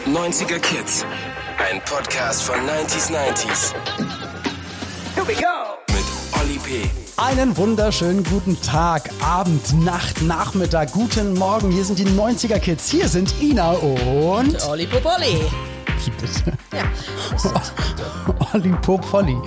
90er Kids. Ein Podcast von 90s 90s. Here we go! Mit Olli P. Einen wunderschönen guten Tag, Abend, Nacht, Nachmittag, guten Morgen. Hier sind die 90er Kids. Hier sind Ina und Olli Popolli. Wie bitte? Ja. Olli Popolli.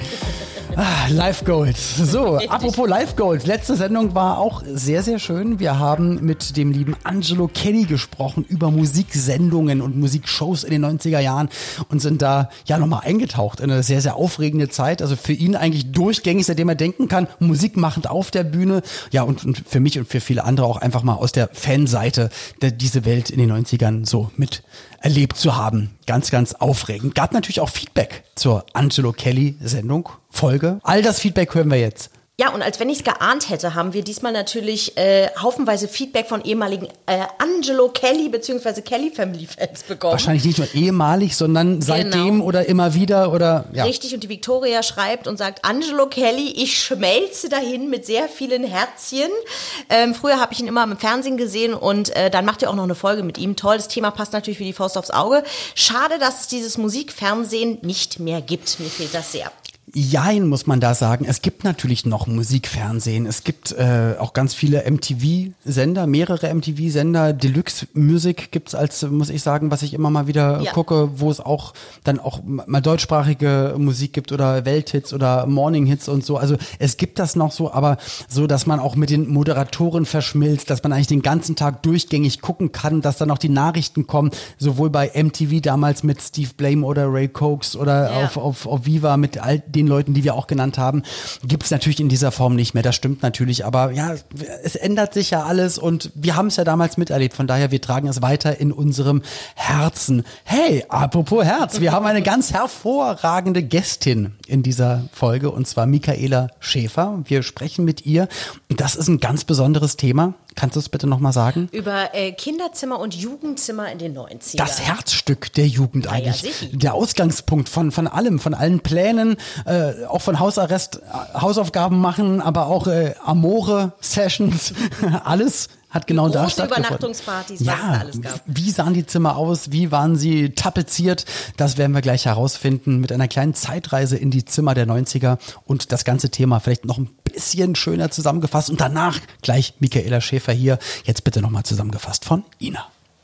Live Goals. So, richtig. Apropos Live Goals. Letzte Sendung war auch sehr, sehr schön. Wir haben mit dem lieben Angelo Kelly gesprochen über Musiksendungen und Musikshows in den 90er Jahren und sind da ja nochmal eingetaucht in eine sehr, sehr aufregende Zeit. Also für ihn eigentlich durchgängig, seitdem er denken kann, Musik machend auf der Bühne. Ja, und für mich und für viele andere auch einfach mal aus der Fanseite diese Welt in den 90ern so mit erlebt zu haben. Ganz, ganz aufregend. Gab natürlich auch Feedback zur Angelo Kelly Sendung, Folge. All das Feedback hören wir jetzt. Ja, und als wenn ich es geahnt hätte, haben wir diesmal natürlich haufenweise Feedback von ehemaligen Angelo Kelly bzw. Kelly Family Fans bekommen. Wahrscheinlich nicht nur ehemalig, sondern seitdem oder immer wieder oder ja. Richtig, und die Victoria schreibt und sagt, Angelo Kelly, ich schmelze dahin mit sehr vielen Herzchen. Früher habe ich ihn immer im Fernsehen gesehen und dann macht ihr auch noch eine Folge mit ihm. Toll, das Thema passt natürlich wie die Faust aufs Auge. Schade, dass es dieses Musikfernsehen nicht mehr gibt. Mir fehlt das sehr. Jein, muss man da sagen. Es gibt natürlich noch Musikfernsehen. Es gibt auch ganz viele MTV-Sender, mehrere MTV-Sender. Deluxe Music gibt's als, muss ich sagen, was ich immer mal wieder gucke, wo es auch dann auch mal deutschsprachige Musik gibt oder Welthits oder Morning-Hits und so. Also es gibt das noch so, aber so, dass man auch mit den Moderatoren verschmilzt, dass man eigentlich den ganzen Tag durchgängig gucken kann, dass dann auch die Nachrichten kommen, sowohl bei MTV damals mit Steve Blame oder Ray Cokes oder auf Viva mit all den Leuten, die wir auch genannt haben, gibt es natürlich in dieser Form nicht mehr. Das stimmt natürlich, aber ja, es ändert sich ja alles und wir haben es ja damals miterlebt. Von daher, wir tragen es weiter in unserem Herzen. Hey, apropos Herz, wir haben eine ganz hervorragende Gästin in dieser Folge und zwar Michaela Schäfer. Wir sprechen mit ihr. Das ist ein ganz besonderes Thema. Kannst du es bitte nochmal sagen? Über Kinderzimmer und Jugendzimmer in den 90ern. Das Herzstück der Jugend eigentlich. Ja, der Ausgangspunkt von allem, von allen Plänen, auch von Hausarrest, Hausaufgaben machen, aber auch Amore-Sessions, alles hat genau da stattgefunden. Übernachtungspartys, was es alles gab. Wie sahen die Zimmer aus? Wie waren sie tapeziert? Das werden wir gleich herausfinden mit einer kleinen Zeitreise in die Zimmer der 90er und das ganze Thema vielleicht noch ein bisschen schöner zusammengefasst und danach gleich Michaela Schäfer hier. Jetzt bitte nochmal zusammengefasst von Ina.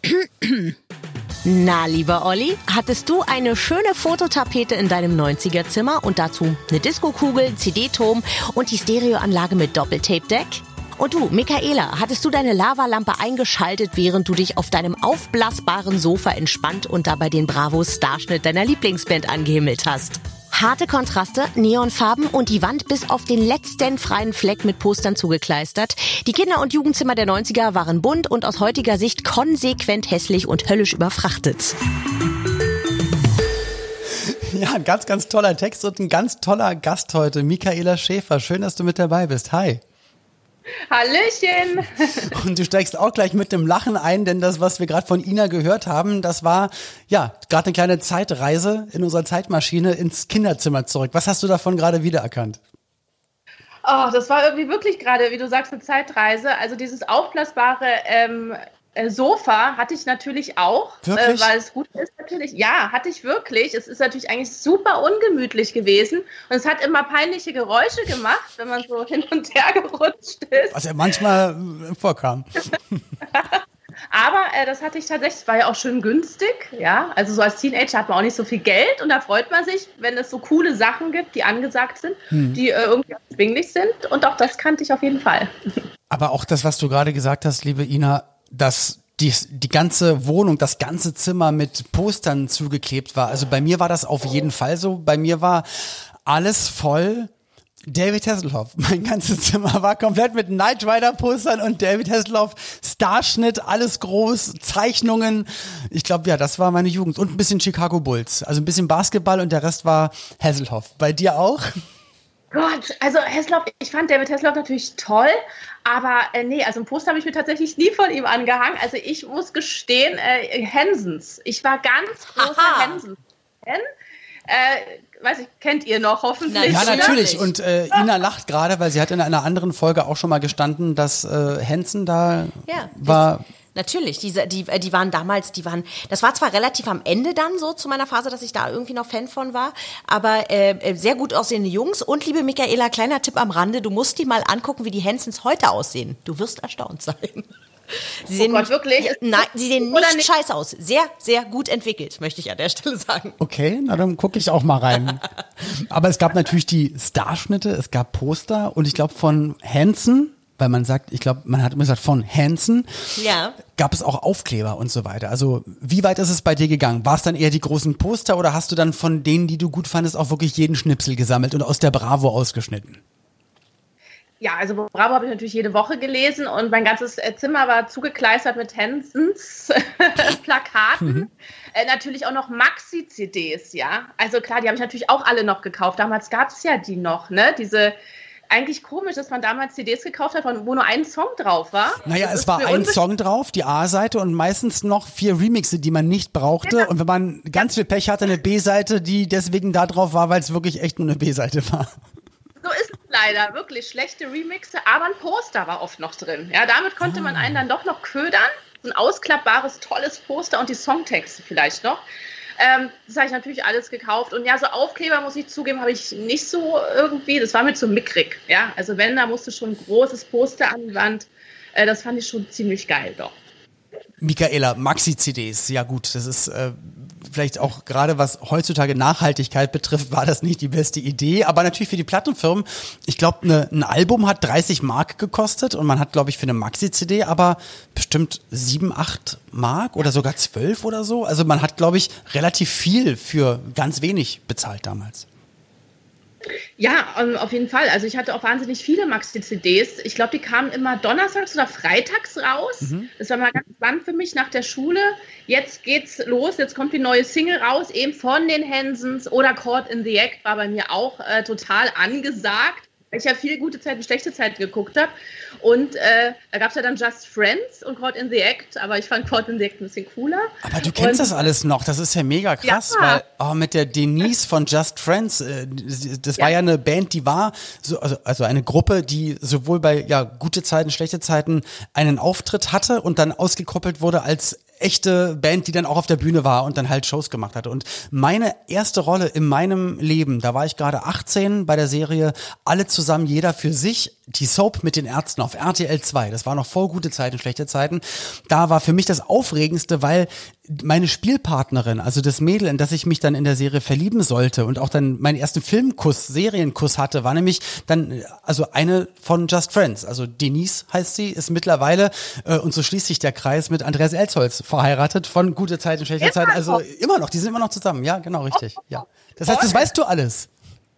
Na, lieber Olli, hattest du eine schöne Fototapete in deinem 90er-Zimmer und dazu eine Diskokugel, CD-Turm und die Stereoanlage mit Doppeltape-Deck? Und du, Michaela, hattest du deine Lavalampe eingeschaltet, während du dich auf deinem aufblasbaren Sofa entspannt und dabei den Bravo-Starschnitt deiner Lieblingsband angehimmelt hast? Harte Kontraste, Neonfarben und die Wand bis auf den letzten freien Fleck mit Postern zugekleistert. Die Kinder- und Jugendzimmer der 90er waren bunt und aus heutiger Sicht konsequent hässlich und höllisch überfrachtet. Ja, ein ganz, ganz toller Text und ein ganz toller Gast heute, Michaela Schäfer. Schön, dass du mit dabei bist. Hi. Hallöchen! Und du steigst auch gleich mit dem Lachen ein, denn das, was wir gerade von Ina gehört haben, das war ja gerade eine kleine Zeitreise in unserer Zeitmaschine ins Kinderzimmer zurück. Was hast du davon gerade wiedererkannt? Oh, das war irgendwie wirklich gerade, wie du sagst, eine Zeitreise. Also dieses aufblasbare Sofa hatte ich natürlich auch, weil es gut ist natürlich. Ja, hatte ich wirklich. Es ist natürlich eigentlich super ungemütlich gewesen und es hat immer peinliche Geräusche gemacht, wenn man so hin und her gerutscht ist. Was ja manchmal vorkam. Aber das hatte ich tatsächlich, es war ja auch schön günstig, ja. Also so als Teenager hat man auch nicht so viel Geld und da freut man sich, wenn es so coole Sachen gibt, die angesagt sind, die irgendwie erschwinglich sind und auch das kannte ich auf jeden Fall. Aber auch das, was du gerade gesagt hast, liebe Ina, dass die ganze Wohnung, das ganze Zimmer mit Postern zugeklebt war. Also bei mir war das auf jeden Fall so. Bei mir war alles voll David Hasselhoff. Mein ganzes Zimmer war komplett mit Knight Rider Postern und David Hasselhoff, Starschnitt, alles groß, Zeichnungen. Ich glaube, ja, das war meine Jugend. Und ein bisschen Chicago Bulls. Also ein bisschen Basketball und der Rest war Hasselhoff. Bei dir auch? Gott, also Hasselhoff, ich fand David Hasselhoff natürlich toll, aber nee, also ein Poster habe ich mir tatsächlich nie von ihm angehangen. Also ich muss gestehen, Hensons. Ich war ganz großer Hensons-Fan. Weiß ich, kennt ihr noch hoffentlich? Ja, natürlich. Und Ina lacht gerade, weil sie hat in einer anderen Folge auch schon mal gestanden, dass Henson da war Natürlich, die waren damals, das war zwar relativ am Ende dann so zu meiner Phase, dass ich da irgendwie noch Fan von war, aber sehr gut aussehende Jungs. Und liebe Michaela, kleiner Tipp am Rande, du musst die mal angucken, wie die Hansons heute aussehen. Du wirst erstaunt sein. Sie sehen wirklich? Nein, sie sehen nicht scheiße aus. Sehr, sehr gut entwickelt, möchte ich an der Stelle sagen. Okay, na dann gucke ich auch mal rein. Aber es gab natürlich die Starschnitte, es gab Poster und ich glaube von Hanson, weil man sagt, ich glaube, man hat immer gesagt von Hanson, gab es auch Aufkleber und so weiter. Also wie weit ist es bei dir gegangen? War es dann eher die großen Poster oder hast du dann von denen, die du gut fandest, auch wirklich jeden Schnipsel gesammelt und aus der Bravo ausgeschnitten? Ja, also Bravo habe ich natürlich jede Woche gelesen und mein ganzes Zimmer war zugekleistert mit Hansons Plakaten. Natürlich auch noch Maxi-CDs, ja. Also klar, die habe ich natürlich auch alle noch gekauft. Damals gab es ja die noch, ne? Diese eigentlich komisch, dass man damals CDs gekauft hat, wo nur ein Song drauf war. Naja, es war ein Song drauf, die A-Seite und meistens noch 4 Remixe, die man nicht brauchte. Ja. Und wenn man ganz viel Pech hatte, eine B-Seite, die deswegen da drauf war, weil es wirklich echt nur eine B-Seite war. So ist es leider, wirklich schlechte Remixe, aber ein Poster war oft noch drin. Ja, damit konnte man einen dann doch noch ködern. So ein ausklappbares, tolles Poster und die Songtexte vielleicht noch. Das habe ich natürlich alles gekauft. Und ja, so Aufkleber, muss ich zugeben, habe ich nicht so irgendwie. Das war mir zu mickrig. Ja, also wenn, da musste schon ein großes Poster an die Wand. Das fand ich schon ziemlich geil, doch. Michaela, Maxi-CDs, ja gut, das ist vielleicht auch gerade was heutzutage Nachhaltigkeit betrifft, war das nicht die beste Idee, aber natürlich für die Plattenfirmen, ich glaube, ein Album hat 30 Mark gekostet und man hat, glaube ich, für eine Maxi-CD aber bestimmt 7, 8 Mark oder sogar 12 oder so, also man hat, glaube ich, relativ viel für ganz wenig bezahlt damals. Ja, auf jeden Fall. Also ich hatte auch wahnsinnig viele Maxi-CDs. Ich glaube, die kamen immer donnerstags oder freitags raus. Das war mal ganz spannend für mich nach der Schule. Jetzt geht's los, jetzt kommt die neue Single raus, eben von den Hansons oder Caught in the Act war bei mir auch total angesagt. Ich ja viele gute Zeiten, schlechte Zeiten geguckt habe. Und da gab es ja dann Just Friends und Caught in the Act, aber ich fand Caught in the Act ein bisschen cooler. Aber du kennst das alles noch, das ist ja mega krass, weil mit der Denise von Just Friends, das war ja eine Band, die war, also eine Gruppe, die sowohl bei gute Zeiten, schlechte Zeiten einen Auftritt hatte und dann ausgekoppelt wurde als echte Band, die dann auch auf der Bühne war und dann halt Shows gemacht hatte. Und meine erste Rolle in meinem Leben, da war ich gerade 18 bei der Serie Alle zusammen, jeder für sich, die Soap mit den Ärzten auf RTL 2. Das war noch vor gute Zeiten, schlechte Zeiten. Da war für mich das Aufregendste, weil meine Spielpartnerin, also das Mädel, in das ich mich dann in der Serie verlieben sollte und auch dann meinen ersten Filmkuss, Serienkuss hatte, war nämlich dann also eine von Just Friends. Also Denise heißt sie, ist mittlerweile und so schließt sich der Kreis mit Andreas Elsholz verheiratet von gute Zeiten, schlechte Zeiten. Also immer noch, die sind immer noch zusammen. Ja, genau, richtig. Ja. Das heißt, das weißt du alles.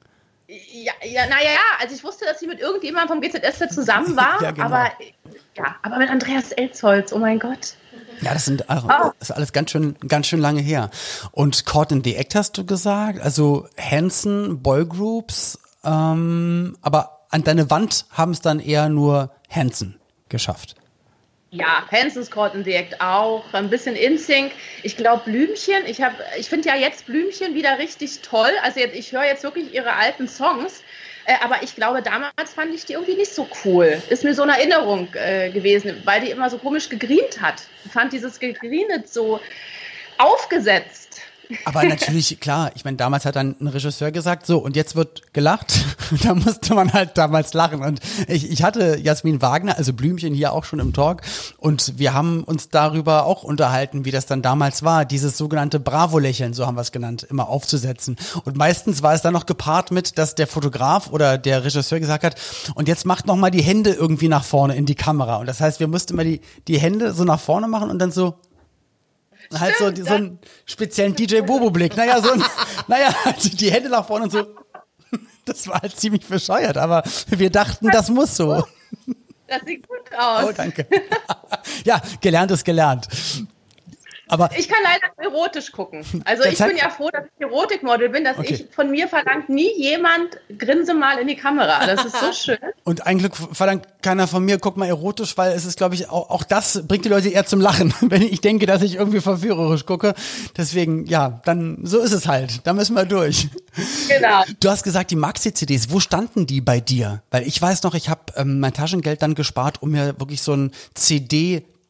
Also ich wusste, dass sie mit irgendjemandem vom GZSZ zusammen war, ja, genau. aber mit Andreas Elsholz, oh mein Gott. Ja, das ist alles ganz schön lange her. Und Caught in the Act hast du gesagt, also Hanson, Boygroups, aber an deine Wand haben es dann eher nur Hanson geschafft. Ja, Hansons Caught in the Act auch, ein bisschen InSync. Ich glaube Blümchen, ich finde ja jetzt Blümchen wieder richtig toll. Also ich höre jetzt wirklich ihre alten Songs, aber ich glaube damals fand ich die irgendwie nicht so cool. Ist mir so eine Erinnerung gewesen, weil die immer so komisch gegreent hat. Ich fand dieses Gegreenet so aufgesetzt. Aber natürlich, klar, ich meine, damals hat dann ein Regisseur gesagt, so, und jetzt wird gelacht. Da musste man halt damals lachen. Und ich hatte Jasmin Wagner, also Blümchen, hier auch schon im Talk. Und wir haben uns darüber auch unterhalten, wie das dann damals war, dieses sogenannte Bravo-Lächeln, so haben wir es genannt, immer aufzusetzen. Und meistens war es dann noch gepaart mit, dass der Fotograf oder der Regisseur gesagt hat, und jetzt macht noch mal die Hände irgendwie nach vorne in die Kamera. Und das heißt, wir mussten immer die Hände so nach vorne machen und dann so, halt so einen speziellen DJ Bobo-Blick. Also die Hände nach vorne und so. Das war halt ziemlich bescheuert, aber wir dachten, das muss so. Das sieht gut aus. Oh, danke. Ja, gelernt ist gelernt. Aber ich kann leider erotisch gucken. Also ich bin ja froh, dass ich Erotikmodel bin, dass von mir verlangt nie jemand, grinse mal in die Kamera. Das ist so schön. Und ein Glück verlangt keiner von mir, guck mal erotisch, weil es ist, glaube ich, auch das bringt die Leute eher zum Lachen, wenn ich denke, dass ich irgendwie verführerisch gucke. Deswegen, ja, dann so ist es halt. Da müssen wir durch. Genau. Du hast gesagt, die Maxi-CDs, wo standen die bei dir? Weil ich weiß noch, ich habe mein Taschengeld dann gespart, um mir wirklich so ein CD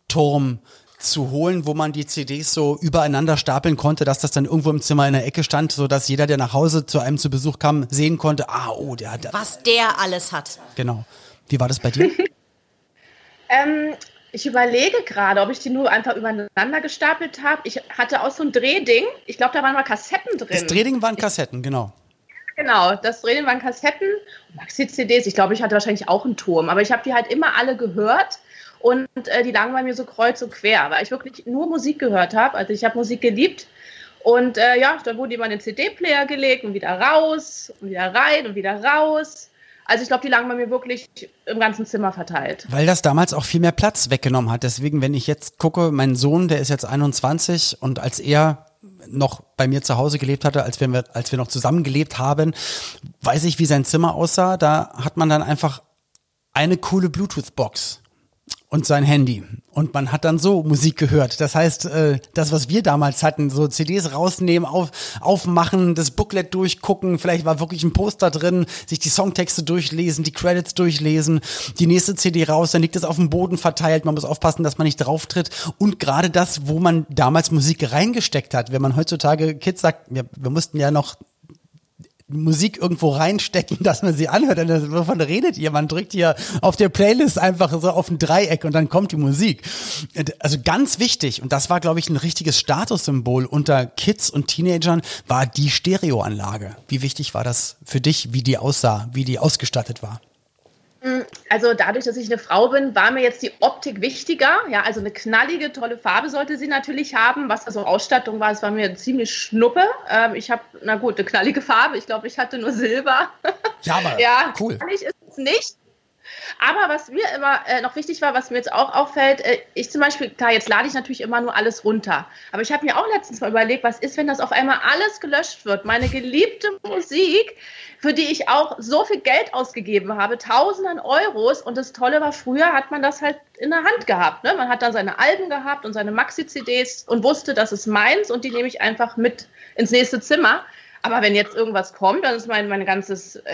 CD-Turm zu holen, wo man die CDs so übereinander stapeln konnte, dass das dann irgendwo im Zimmer in der Ecke stand, sodass jeder, der nach Hause zu einem zu Besuch kam, sehen konnte, der hat... Was der alles hat. Genau. Wie war das bei dir? Ich überlege gerade, ob ich die nur einfach übereinander gestapelt habe. Ich hatte auch so ein Drehding. Ich glaube, da waren mal Kassetten drin. Das Drehding waren Kassetten, genau. Genau, das Drehding waren Kassetten, Maxi-CDs. Ich glaube, ich hatte wahrscheinlich auch einen Turm. Aber ich habe die halt immer alle gehört. Und die lagen bei mir so kreuz und quer, weil ich wirklich nur Musik gehört habe. Also ich habe Musik geliebt. Und dann wurden die mal in den CD-Player gelegt und wieder raus und wieder rein und wieder raus. Also ich glaube, die lagen bei mir wirklich im ganzen Zimmer verteilt. Weil das damals auch viel mehr Platz weggenommen hat. Deswegen, wenn ich jetzt gucke, mein Sohn, der ist jetzt 21 und als er noch bei mir zu Hause gelebt hatte, als wir noch zusammen gelebt haben, weiß ich, wie sein Zimmer aussah. Da hat man dann einfach eine coole Bluetooth-Box und sein Handy. Und man hat dann so Musik gehört. Das heißt, das, was wir damals hatten, so CDs rausnehmen, aufmachen, das Booklet durchgucken, vielleicht war wirklich ein Poster drin, sich die Songtexte durchlesen, die Credits durchlesen, die nächste CD raus, dann liegt es auf dem Boden verteilt, man muss aufpassen, dass man nicht drauf tritt. Und gerade das, wo man damals Musik reingesteckt hat, wenn man heutzutage Kids sagt, wir mussten ja noch Musik irgendwo reinstecken, dass man sie anhört. Und wovon redet ihr? Man drückt hier auf der Playlist einfach so auf ein Dreieck und dann kommt die Musik. Also ganz wichtig, und das war, glaube ich, ein richtiges Statussymbol unter Kids und Teenagern, war die Stereoanlage. Wie wichtig war das für dich, wie die aussah, wie die ausgestattet war? Also dadurch, dass ich eine Frau bin, war mir jetzt die Optik wichtiger. Ja, also eine knallige, tolle Farbe sollte sie natürlich haben. Was da so Ausstattung war, es war mir ziemlich schnuppe. Ich habe, eine knallige Farbe. Ich glaube, ich hatte nur Silber. Ja, aber cool. Knallig ist es nicht. Aber was mir immer noch wichtig war, was mir jetzt auch auffällt, ich zum Beispiel, klar, jetzt lade ich natürlich immer nur alles runter. Aber ich habe mir auch letztens mal überlegt, was ist, wenn das auf einmal alles gelöscht wird? Meine geliebte Musik, für die ich auch so viel Geld ausgegeben habe, Tausenden Euros. Und das Tolle war, früher hat man das halt in der Hand gehabt. Ne? Man hat dann seine Alben gehabt und seine Maxi-CDs und wusste, das ist meins und die nehme ich einfach mit ins nächste Zimmer. Aber wenn jetzt irgendwas kommt, dann ist mein ganzer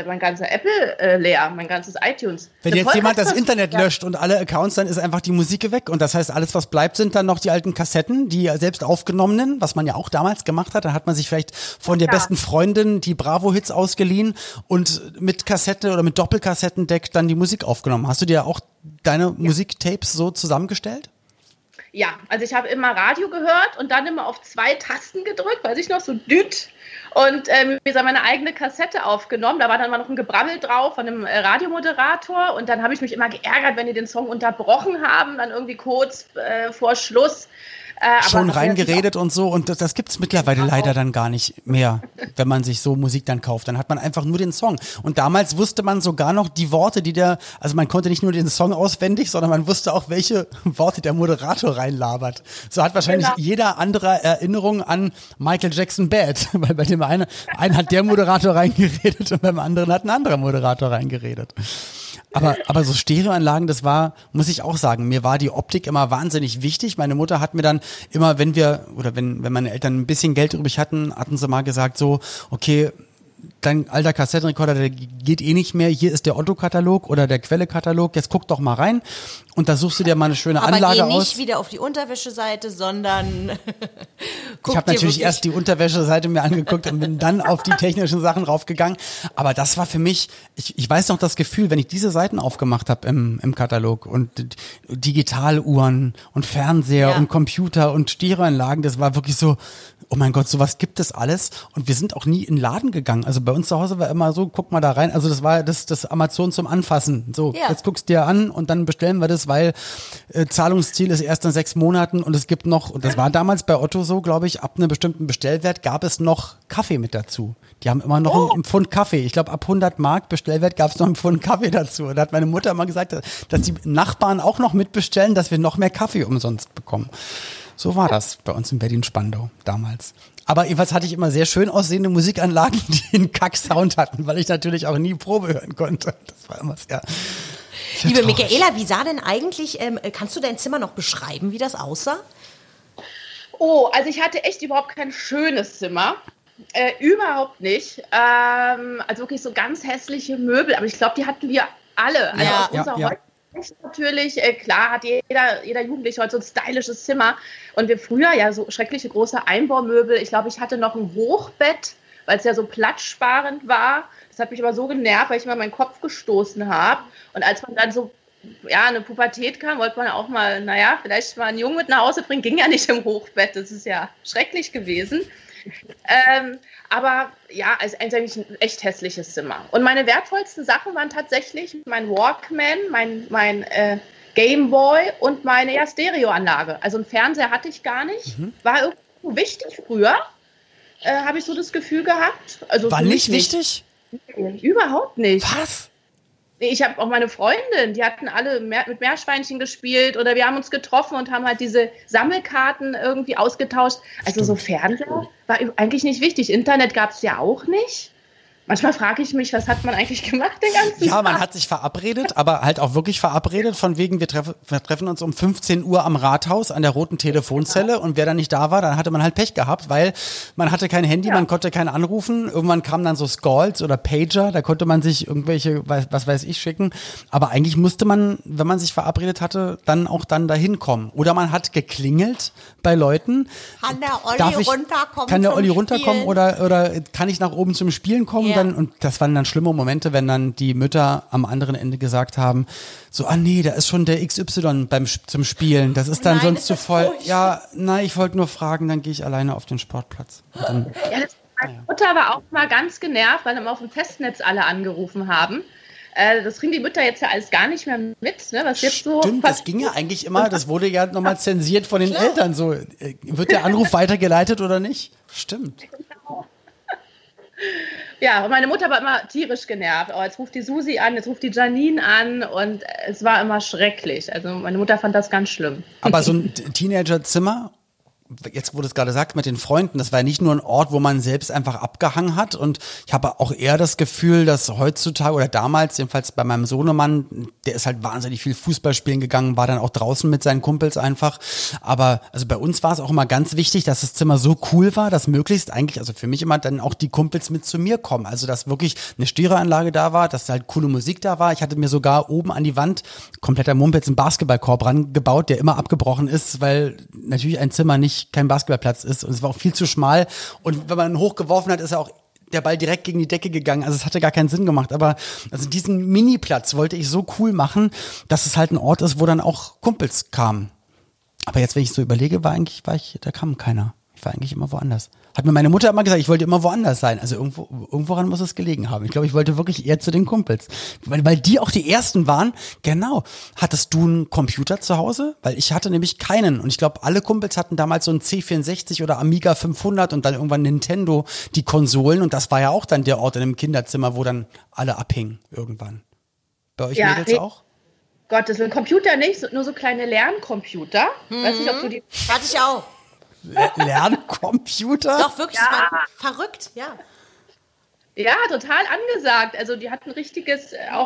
Apple leer, mein ganzes iTunes. Wenn jetzt jemand das Internet löscht und alle Accounts, dann ist einfach die Musik weg. Und das heißt, alles, was bleibt, sind dann noch die alten Kassetten, die selbst aufgenommenen, was man ja auch damals gemacht hat. Dann hat man sich vielleicht von der besten Freundin die Bravo-Hits ausgeliehen und mit Kassette oder mit Doppelkassettendeck dann die Musik aufgenommen. Hast du dir auch deine Musiktapes so zusammengestellt? Ja, also ich habe immer Radio gehört und dann immer auf 2 Tasten gedrückt, weiß ich noch, so düt. Und mir meine eigene Kassette aufgenommen. Da war dann mal noch ein Gebrabbel drauf von einem Radiomoderator. Und dann habe ich mich immer geärgert, wenn die den Song unterbrochen haben, dann irgendwie kurz vor Schluss. Schon reingeredet und so. Und das gibt's mittlerweile leider dann gar nicht mehr, wenn man sich so Musik dann kauft. Dann hat man einfach nur den Song. Und damals wusste man sogar noch die Worte, also man konnte nicht nur den Song auswendig, sondern man wusste auch, welche Worte der Moderator reinlabert. So hat wahrscheinlich jeder andere Erinnerung an Michael Jackson Bad. Weil bei dem einen hat der Moderator reingeredet und beim anderen hat ein anderer Moderator reingeredet. Aber so Stereoanlagen, das war, muss ich auch sagen, mir war die Optik immer wahnsinnig wichtig. Meine Mutter hat mir dann immer, wenn meine Eltern ein bisschen Geld übrig hatten sie mal gesagt so, okay, dein alter Kassettenrekorder, der geht eh nicht mehr, hier ist der Otto-Katalog oder der Quelle-Katalog, jetzt guck doch mal rein und da suchst du dir mal eine schöne Anlage aus. Aber geh nicht wieder auf die Unterwäscheseite, sondern ich habe natürlich erst die Unterwäscheseite mir angeguckt und bin dann auf die technischen Sachen raufgegangen, aber das war für mich, ich weiß noch das Gefühl, wenn ich diese Seiten aufgemacht habe im Katalog und Digitaluhren und Fernseher und Computer und Stereoanlagen, das war wirklich so, oh mein Gott, sowas gibt es alles und wir sind auch nie in den Laden gegangen. Also bei uns zu Hause war immer so, guck mal da rein. Also das war das Amazon zum Anfassen. So, jetzt guckst du dir an und dann bestellen wir das, weil Zahlungsziel ist erst in 6 Monaten und es gibt noch, und das war damals bei Otto so, glaube ich, ab einem bestimmten Bestellwert gab es noch Kaffee mit dazu. Die haben immer noch einen Pfund Kaffee. Ich glaube, ab 100 Mark Bestellwert gab es noch einen Pfund Kaffee dazu. Und da hat meine Mutter immer gesagt, dass die Nachbarn auch noch mitbestellen, dass wir noch mehr Kaffee umsonst bekommen. So war das bei uns in Berlin-Spandau damals. Aber jedenfalls hatte ich immer sehr schön aussehende Musikanlagen, die einen Kack-Sound hatten, weil ich natürlich auch nie Probe hören konnte. Das war immer sehr Liebe traurig. Michaela, wie sah denn eigentlich, kannst du dein Zimmer noch beschreiben, wie das aussah? Oh, also ich hatte echt überhaupt kein schönes Zimmer. Überhaupt nicht. Also wirklich so ganz hässliche Möbel. Aber ich glaube, die hatten wir alle. Also aus unserer natürlich, klar hat jeder Jugendliche heute so ein stylisches Zimmer. Und wir früher ja so schreckliche große Einbaumöbel. Ich glaube, ich hatte noch ein Hochbett, weil es ja so platzsparend war. Das hat mich aber so genervt, weil ich immer meinen Kopf gestoßen habe. Und als man dann so eine Pubertät kam, wollte man auch mal, vielleicht mal einen Jungen mit nach Hause bringen. Ging ja nicht im Hochbett. Das ist ja schrecklich gewesen. Aber ja, es ist eigentlich ein echt hässliches Zimmer. Und meine wertvollsten Sachen waren tatsächlich mein Walkman, mein Gameboy und meine Stereoanlage. Also einen Fernseher hatte ich gar nicht. War irgendwo wichtig früher, habe ich so das Gefühl gehabt. Also war nicht wichtig? Nee, überhaupt nicht. Was? Ich habe auch meine Freundin, die hatten alle mit Meerschweinchen gespielt oder wir haben uns getroffen und haben halt diese Sammelkarten irgendwie ausgetauscht. Also so Fernseher war eigentlich nicht wichtig. Internet gab es ja auch nicht. Manchmal frage ich mich, was hat man eigentlich gemacht den ganzen Tag? Ja, man hat sich verabredet, aber halt auch wirklich verabredet, von wegen, wir treffen uns um 15 Uhr am Rathaus an der roten Telefonzelle und wer dann nicht da war, dann hatte man halt Pech gehabt, weil man hatte kein Handy, man konnte keinen anrufen. Irgendwann kamen dann so Scalls oder Pager, da konnte man sich irgendwelche, was weiß ich, schicken. Aber eigentlich musste man, wenn man sich verabredet hatte, dann auch dann dahin kommen. Oder man hat geklingelt bei Leuten. Kann der Olli runterkommen? Kann der Olli runterkommen oder kann ich nach oben zum Spielen kommen? Dann, und das waren dann schlimme Momente, wenn dann die Mütter am anderen Ende gesagt haben, so, nee, da ist schon der XY zum Spielen, das ist dann sonst zu voll. Ja, nein, ich wollte nur fragen, dann gehe ich alleine auf den Sportplatz. Dann, meine Mutter war auch mal ganz genervt, weil dann auf dem Festnetz alle angerufen haben. Das kriegen die Mütter jetzt ja alles gar nicht mehr mit, ne? Was jetzt so. Stimmt, das ging ja eigentlich immer, das wurde ja nochmal zensiert von den Eltern, so, wird der Anruf weitergeleitet oder nicht? Stimmt. Genau. Ja, und meine Mutter war immer tierisch genervt. Oh, jetzt ruft die Susi an, jetzt ruft die Janine an und es war immer schrecklich. Also meine Mutter fand das ganz schlimm. Aber so ein Teenagerzimmer, jetzt wo du es gerade sagst mit den Freunden, das war ja nicht nur ein Ort, wo man selbst einfach abgehangen hat und ich habe auch eher das Gefühl, dass heutzutage oder damals, jedenfalls bei meinem Sohnemann, der ist halt wahnsinnig viel Fußball spielen gegangen, war dann auch draußen mit seinen Kumpels einfach, aber also bei uns war es auch immer ganz wichtig, dass das Zimmer so cool war, dass möglichst eigentlich, also für mich immer dann auch die Kumpels mit zu mir kommen, also dass wirklich eine Stereoanlage da war, dass halt coole Musik da war, ich hatte mir sogar oben an die Wand kompletter Mumpitz einen Basketballkorb rangebaut, der immer abgebrochen ist, weil natürlich ein Zimmer nicht kein Basketballplatz ist und es war auch viel zu schmal und wenn man hochgeworfen hat, ist ja auch der Ball direkt gegen die Decke gegangen, also es hatte gar keinen Sinn gemacht, aber also diesen Mini-Platz wollte ich so cool machen, dass es halt ein Ort ist, wo dann auch Kumpels kamen. Aber jetzt, wenn ich so überlege, da kam keiner. Ich war eigentlich immer woanders. Hat mir meine Mutter immer gesagt, ich wollte immer woanders sein. Also irgendworan muss es gelegen haben. Ich glaube, ich wollte wirklich eher zu den Kumpels. Weil die auch die ersten waren. Genau. Hattest du einen Computer zu Hause? Weil ich hatte nämlich keinen. Und ich glaube, alle Kumpels hatten damals so einen C64 oder Amiga 500 und dann irgendwann Nintendo, die Konsolen. Und das war ja auch dann der Ort in einem Kinderzimmer, wo dann alle abhingen irgendwann. Bei euch Mädels auch? Gott, das ist ein Computer nicht, nur so kleine Lerncomputer. Weiß nicht, ob du die... Hatte ich auch. Lerncomputer? Doch, wirklich, das war verrückt, ja. Ja, total angesagt. Also die hatten richtige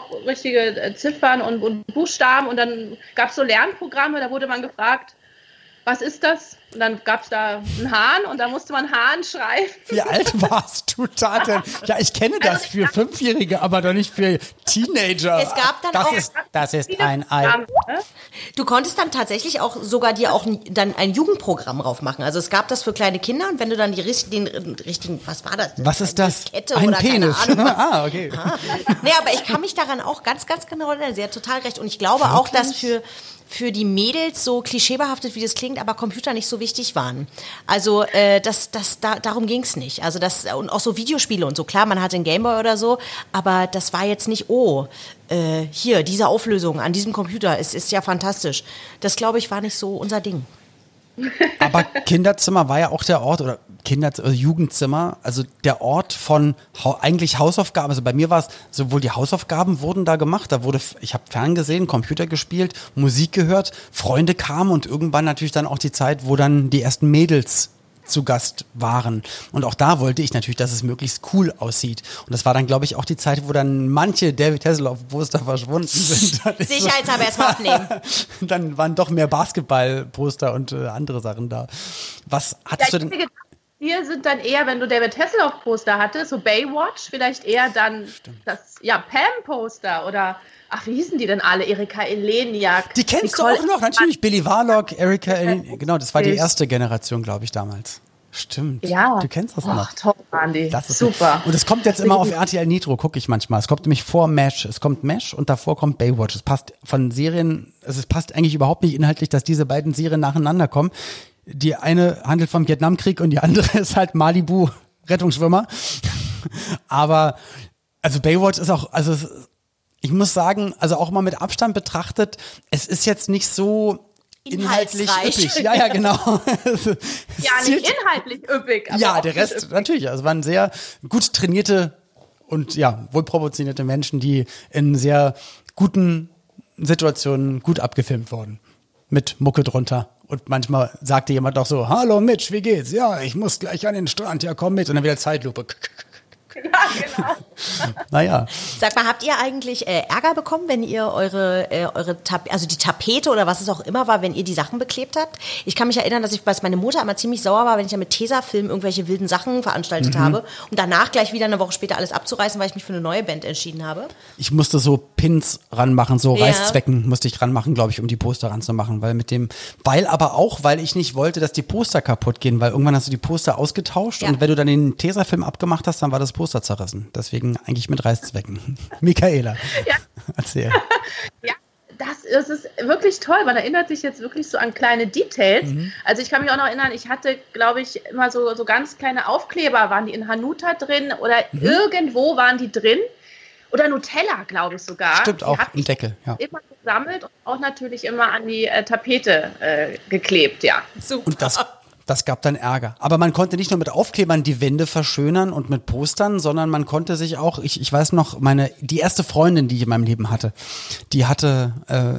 Ziffern und Buchstaben und dann gab es so Lernprogramme, da wurde man gefragt, was ist das? Und dann gab es da einen Hahn und da musste man Hahn schreiben. Wie alt warst du da denn? Ja, ich kenne das für Fünfjährige, aber doch nicht für Teenager. Es gab dann das ist ein Ei. Du konntest dann tatsächlich auch sogar dir auch dann ein Jugendprogramm drauf machen. Also es gab das für kleine Kinder und wenn du dann den richtigen, was war das? Was ist das? Kette ein oder Penis. Keine Ahnung, okay. Nee, aber ich kann mich daran auch ganz, ganz genau erinnern. Sie hat total recht. Und ich glaube auch, dass für die Mädels, so klischeebehaftet wie das klingt, aber Computer nicht so wichtig waren. Also darum ging's nicht. Also und auch so Videospiele und so. Klar, man hatte einen Gameboy oder so, aber das war jetzt nicht, hier, diese Auflösung an diesem Computer, es ist ja fantastisch. Das, glaube ich, war nicht so unser Ding. Aber Kinderzimmer war ja auch der Ort, oder Jugendzimmer, also der Ort von eigentlich Hausaufgaben. Also bei mir war es, sowohl die Hausaufgaben wurden da gemacht, ich habe Ferngesehen, Computer gespielt, Musik gehört, Freunde kamen und irgendwann natürlich dann auch die Zeit, wo dann die ersten Mädels zu Gast waren. Und auch da wollte ich natürlich, dass es möglichst cool aussieht. Und das war dann, glaube ich, auch die Zeit, wo dann manche David Hasselhoff-Poster verschwunden sind. Sicherheitshalber erstmal abnehmen. Dann waren doch mehr Basketball-Poster und andere Sachen da. Was hattest du denn? hier sind dann eher, wenn du David Hasselhoff-Poster hattest, so Baywatch, vielleicht eher dann das Pam-Poster oder, wie hießen die denn alle? Erika Eleniak. Die kennst Nicole, du auch noch, natürlich. Billy Warlock, Erika Eleniak, genau, das war die erste Generation, glaube ich, damals. Stimmt. Ja. Du kennst das noch. Toll, Andi. Das ist super. Und es kommt jetzt immer auf RTL Nitro, gucke ich manchmal. Es kommt nämlich vor MASH. Es kommt MASH und davor kommt Baywatch. Es passt von Serien, es passt eigentlich überhaupt nicht inhaltlich, dass diese beiden Serien nacheinander kommen. Die eine handelt vom Vietnamkrieg und die andere ist halt Malibu Rettungsschwimmer. Aber also Baywatch ist auch, also ich muss sagen, also auch mal mit Abstand betrachtet, es ist jetzt nicht so inhaltlich üppig. Ja, genau. Nicht inhaltlich üppig. Aber ja, der Rest üppig. Natürlich. Also waren sehr gut trainierte und wohlproportionierte Menschen, die in sehr guten Situationen gut abgefilmt wurden. Mit Mucke drunter. Und manchmal sagte jemand doch so, hallo Mitch, wie geht's? Ja, ich muss gleich an den Strand, ja komm mit. Und dann wieder Zeitlupe. Ja, genau. Naja. Sag mal, habt ihr eigentlich Ärger bekommen, wenn ihr eure die Tapete oder was es auch immer war, wenn ihr die Sachen beklebt habt? Ich kann mich erinnern, dass meine Mutter immer ziemlich sauer war, wenn ich ja mit Tesafilm irgendwelche wilden Sachen veranstaltet habe und danach gleich wieder eine Woche später alles abzureißen, weil ich mich für eine neue Band entschieden habe. Ich musste so Pins ranmachen, so Reißzwecken musste ich ranmachen, glaube ich, um die Poster ranzumachen, weil ich nicht wollte, dass die Poster kaputt gehen, weil irgendwann hast du die Poster ausgetauscht und wenn du dann den Tesafilm abgemacht hast, dann war das Poster zerrissen. Deswegen eigentlich mit Reißzwecken. Michaela, erzähl. Ja, das ist wirklich toll. Man erinnert sich jetzt wirklich so an kleine Details. Also ich kann mich auch noch erinnern, ich hatte, glaube ich, immer so ganz kleine Aufkleber, waren die in Hanuta drin oder irgendwo waren die drin. Oder Nutella, glaube ich sogar. Stimmt, auch im Deckel. Ja. Immer gesammelt und auch natürlich immer an die Tapete geklebt, ja. Super. Und das gab dann Ärger. Aber man konnte nicht nur mit Aufklebern die Wände verschönern und mit Postern, sondern man konnte sich auch, ich weiß noch, die erste Freundin, die ich in meinem Leben hatte, die hatte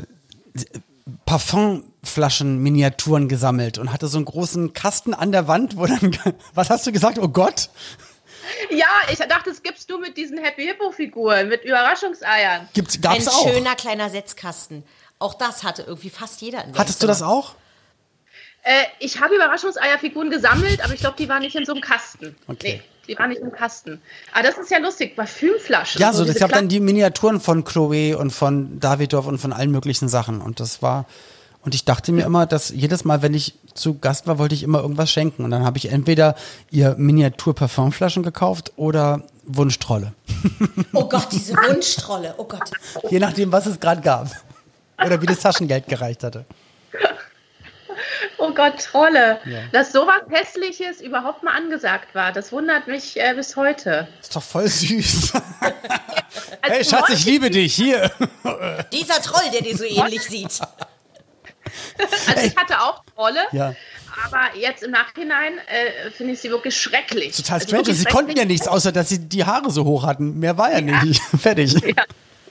Parfumflaschen-Miniaturen gesammelt und hatte so einen großen Kasten an der Wand, wo dann, was hast du gesagt? Oh Gott? Ja, ich dachte, das gibst du mit diesen Happy Hippo-Figuren, mit Überraschungseiern. Gab's auch. Ein schöner kleiner Setzkasten. Auch das hatte irgendwie fast jeder. Hattest du das auch? Ich habe Überraschungseierfiguren gesammelt, aber ich glaube, die waren nicht in so einem Kasten. Okay. Nee, die waren nicht im Kasten. Aber das ist ja lustig, Parfümflaschen. Ja, ich habe dann die Miniaturen von Chloe und von Davidoff und von allen möglichen Sachen. Und ich dachte mir immer, dass jedes Mal, wenn ich zu Gast war, wollte ich immer irgendwas schenken. Und dann habe ich entweder ihr Miniatur-Parfümflaschen gekauft oder Wunschtrolle. Oh Gott, diese Wunschtrolle, oh Gott. Je nachdem, was es gerade gab. Oder wie das Taschengeld gereicht hatte. Oh Gott, Trolle. Ja. Dass sowas Hässliches überhaupt mal angesagt war, das wundert mich bis heute. Ist doch voll süß. Hey Schatz, ich liebe dich, hier. Dieser Troll, der dir so ähnlich sieht. Also ich hatte auch Trolle, ja. Aber jetzt im Nachhinein finde ich sie wirklich schrecklich. Total strange. Also sie konnten ja nichts, außer dass sie die Haare so hoch hatten. Mehr war ja nicht. Fertig. Ja.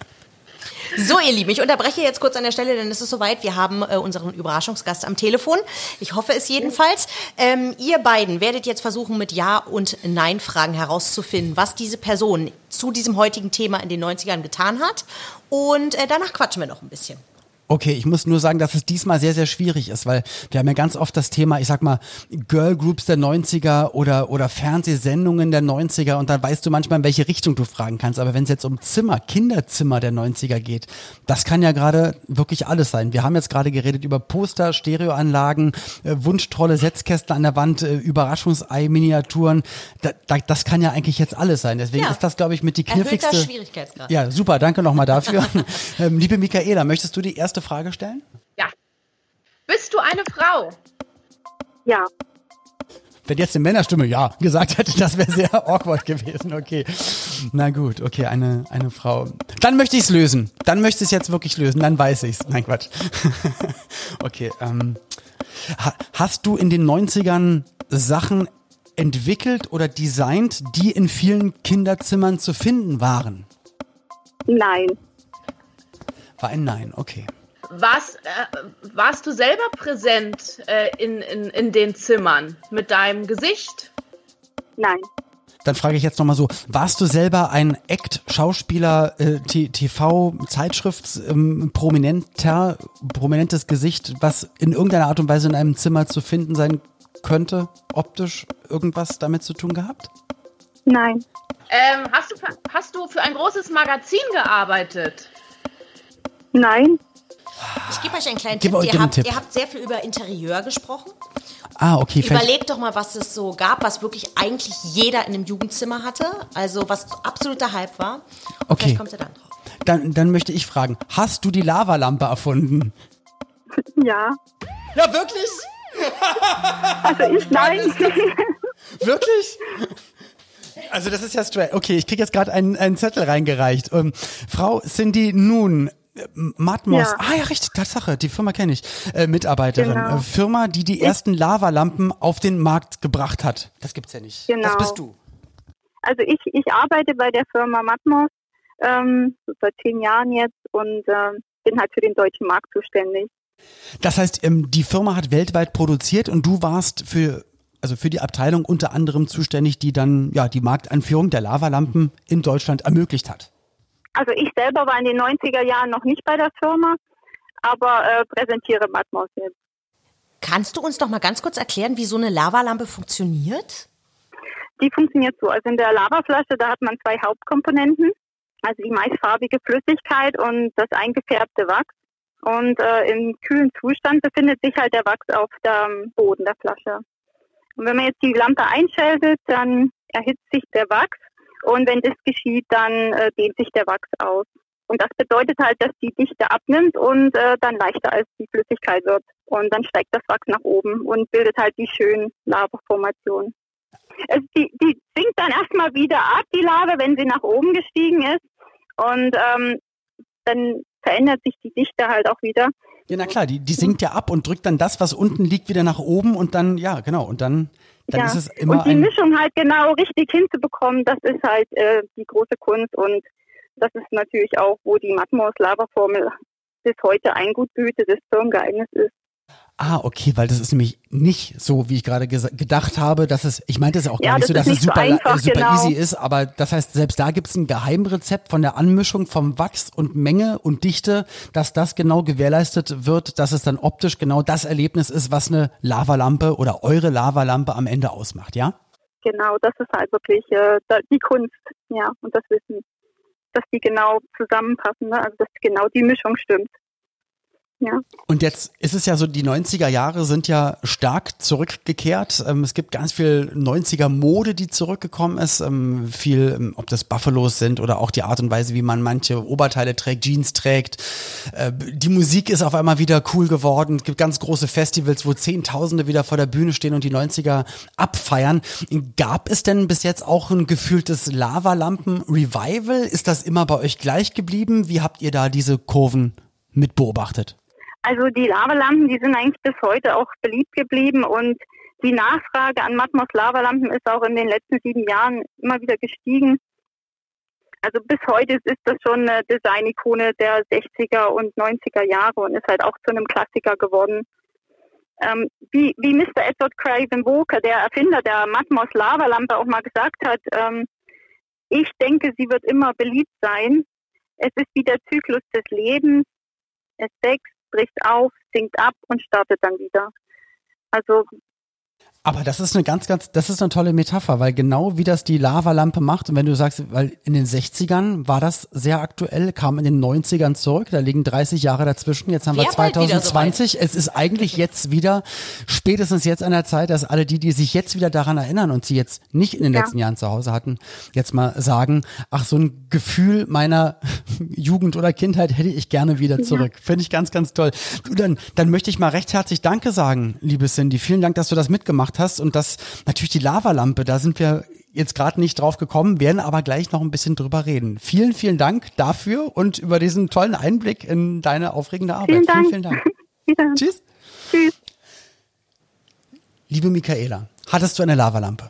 So, ihr Lieben, ich unterbreche jetzt kurz an der Stelle, denn es ist soweit. Wir haben unseren Überraschungsgast am Telefon. Ich hoffe es jedenfalls. Ihr beiden werdet jetzt versuchen, mit Ja- und Nein-Fragen herauszufinden, was diese Person zu diesem heutigen Thema in den 90ern getan hat. Und danach quatschen wir noch ein bisschen. Okay, ich muss nur sagen, dass es diesmal sehr, sehr schwierig ist, weil wir haben ja ganz oft das Thema, ich sag mal, Girlgroups der 90er oder Fernsehsendungen der 90er und dann weißt du manchmal, in welche Richtung du fragen kannst. Aber wenn es jetzt um Kinderzimmer der 90er geht, das kann ja gerade wirklich alles sein. Wir haben jetzt gerade geredet über Poster, Stereoanlagen, Wunschtrolle, Setzkästen an der Wand, Überraschungsei-Miniaturen. Das kann ja eigentlich jetzt alles sein. Deswegen ist das, glaube ich, mit die kniffligste... Erhöhter Schwierigkeitsgrad. Ja, super, danke nochmal dafür. Liebe Michaela, möchtest du die erste Frage stellen? Ja. Bist du eine Frau? Ja. Wenn jetzt eine Männerstimme Ja gesagt hätte, das wäre sehr awkward gewesen. Okay. Na gut, okay, eine Frau. Dann möchte ich es lösen. Dann möchte ich es jetzt wirklich lösen. Dann weiß ich es. Nein, Quatsch. Okay. Hast du in den 90ern Sachen entwickelt oder designt, die in vielen Kinderzimmern zu finden waren? Nein. War ein Nein, okay. Warst du selber präsent in den Zimmern mit deinem Gesicht? Nein. Dann frage ich jetzt nochmal so, warst du selber ein Act, Schauspieler, TV, Zeitschrift, prominentes Gesicht, was in irgendeiner Art und Weise in einem Zimmer zu finden sein könnte optisch irgendwas damit zu tun gehabt? Nein. Hast du für ein großes Magazin gearbeitet? Nein. Ich gebe euch einen kleinen Tipp. Ihr habt sehr viel über Interieur gesprochen. Okay. Überlegt doch mal, was es so gab, was wirklich eigentlich jeder in einem Jugendzimmer hatte. Also was absoluter Hype war. Okay. Vielleicht kommt ihr dann drauf. Dann möchte ich fragen, hast du die Lavalampe erfunden? Ja. Ja, wirklich? Also nein. Wirklich? Also das ist ja straight. Okay, ich kriege jetzt gerade einen Zettel reingereicht. Frau Cindy Nun, Matmos, ja, richtig, Tatsache, die Firma kenne ich, Mitarbeiterin. Genau. Firma, die ersten Lavalampen auf den Markt gebracht hat. Das gibt's ja nicht. Genau. Das bist du. Also ich arbeite bei der Firma Matmos seit 10 Jahren jetzt und bin halt für den deutschen Markt zuständig. Das heißt, die Firma hat weltweit produziert und du warst für die Abteilung unter anderem zuständig, die dann die Markteinführung der Lavalampen in Deutschland ermöglicht hat. Also ich selber war in den 90er Jahren noch nicht bei der Firma, aber präsentiere Matmos jetzt. Kannst du uns doch mal ganz kurz erklären, wie so eine Lavalampe funktioniert? Die funktioniert so. Also in der Lavaflasche, da hat man 2 Hauptkomponenten. Also die maisfarbige Flüssigkeit und das eingefärbte Wachs. Und im kühlen Zustand befindet sich halt der Wachs auf dem Boden der Flasche. Und wenn man jetzt die Lampe einschaltet, dann erhitzt sich der Wachs. Und wenn das geschieht, dann dehnt sich der Wachs aus. Und das bedeutet halt, dass die Dichte abnimmt und dann leichter als die Flüssigkeit wird. Und dann steigt das Wachs nach oben und bildet halt die schönen Lavaformationen. Die sinkt dann erstmal wieder ab, die Lava, wenn sie nach oben gestiegen ist. Und dann verändert sich die Dichte halt auch wieder. Ja, na klar, die sinkt ja ab und drückt dann das, was unten liegt, wieder nach oben und dann, ja, genau, und dann ist es immer und die Mischung halt genau richtig hinzubekommen, das ist halt die große Kunst und das ist natürlich auch, wo die Matmos Lavaformel bis heute ein gut behütetes Firmengeheimnis ist. Okay, weil das ist nämlich nicht so, wie ich gerade gedacht habe, dass es, ich meinte es auch gar nicht so, dass es super easy ist, aber das heißt, selbst da gibt es ein Geheimrezept von der Anmischung vom Wachs und Menge und Dichte, dass das genau gewährleistet wird, dass es dann optisch genau das Erlebnis ist, was eine Lavalampe oder eure Lavalampe am Ende ausmacht, ja? Genau, das ist halt wirklich die Kunst, ja, und das Wissen, dass die genau zusammenpassen, ne? Also dass genau die Mischung stimmt. Ja. Und jetzt ist es ja so, die 90er Jahre sind ja stark zurückgekehrt. Es gibt ganz viel 90er Mode, die zurückgekommen ist. Viel, ob das Buffalos sind oder auch die Art und Weise, wie man manche Oberteile trägt, Jeans trägt. Die Musik ist auf einmal wieder cool geworden. Es gibt ganz große Festivals, wo Zehntausende wieder vor der Bühne stehen und die 90er abfeiern. Gab es denn bis jetzt auch ein gefühltes Lavalampen-Revival? Ist das immer bei euch gleich geblieben? Wie habt ihr da diese Kurven mit beobachtet? Also die Lavalampen, die sind eigentlich bis heute auch beliebt geblieben und die Nachfrage an Matmos Lavalampen ist auch in den letzten 7 Jahren immer wieder gestiegen. Also bis heute ist das schon eine Design-Ikone der 60er und 90er Jahre und ist halt auch zu einem Klassiker geworden. Wie Mr. Edward Craven Walker, der Erfinder der Matmos Lavalampe, auch mal gesagt hat, ich denke, sie wird immer beliebt sein. Es ist wie der Zyklus des Lebens. Es wächst, bricht auf, sinkt ab und startet dann wieder. Also. Aber das ist das ist eine tolle Metapher, weil genau wie das die Lavalampe macht und wenn du sagst, weil in den 60ern war das sehr aktuell, kam in den 90ern zurück, da liegen 30 Jahre dazwischen, jetzt haben wir 2020, so es ist eigentlich jetzt wieder, spätestens jetzt an der Zeit, dass alle die sich jetzt wieder daran erinnern und sie jetzt nicht in den letzten Jahren zu Hause hatten, jetzt mal sagen, ach, so ein Gefühl meiner Jugend oder Kindheit hätte ich gerne wieder zurück. Finde ich ganz, ganz toll. Du, dann möchte ich mal recht herzlich Danke sagen, liebe Cindy. Vielen Dank, dass du das mitgemacht hast und das natürlich die Lavalampe, da sind wir jetzt gerade nicht drauf gekommen, werden aber gleich noch ein bisschen drüber reden. Vielen, vielen Dank dafür und über diesen tollen Einblick in deine aufregende Arbeit. Vielen Dank. Tschüss. Tschüss. Liebe Michaela, hattest du eine Lavalampe?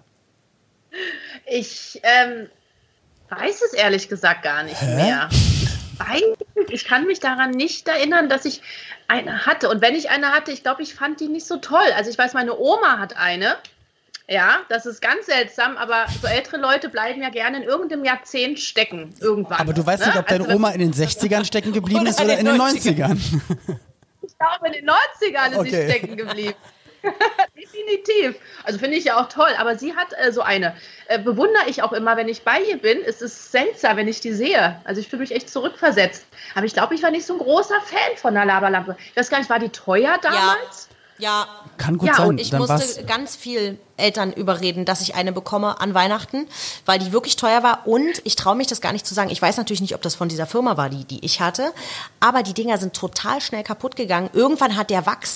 Ich weiß es ehrlich gesagt gar nicht mehr. Ich kann mich daran nicht erinnern, dass ich eine hatte. Und wenn ich eine hatte, ich glaube, ich fand die nicht so toll. Also ich weiß, meine Oma hat eine. Ja, das ist ganz seltsam, aber so ältere Leute bleiben ja gerne in irgendeinem Jahrzehnt stecken. Irgendwann. Aber du weißt nicht, ob deine Oma in den 60ern stecken geblieben ist oder in den 90ern. Ich glaube, in den 90ern ist sie stecken geblieben. Definitiv. Also finde ich ja auch toll. Aber sie hat so eine. Bewundere ich auch immer, wenn ich bei ihr bin. Es ist seltsam, wenn ich die sehe. Also ich fühle mich echt zurückversetzt. Aber ich glaube, ich war nicht so ein großer Fan von der Lavalampe. Ich weiß gar nicht, war die teuer damals? Ja. Kann gut sein. Und ich musste ganz viel Eltern überreden, dass ich eine bekomme an Weihnachten, weil die wirklich teuer war. Und ich traue mich das gar nicht zu sagen. Ich weiß natürlich nicht, ob das von dieser Firma war, die ich hatte. Aber die Dinger sind total schnell kaputt gegangen. Irgendwann hat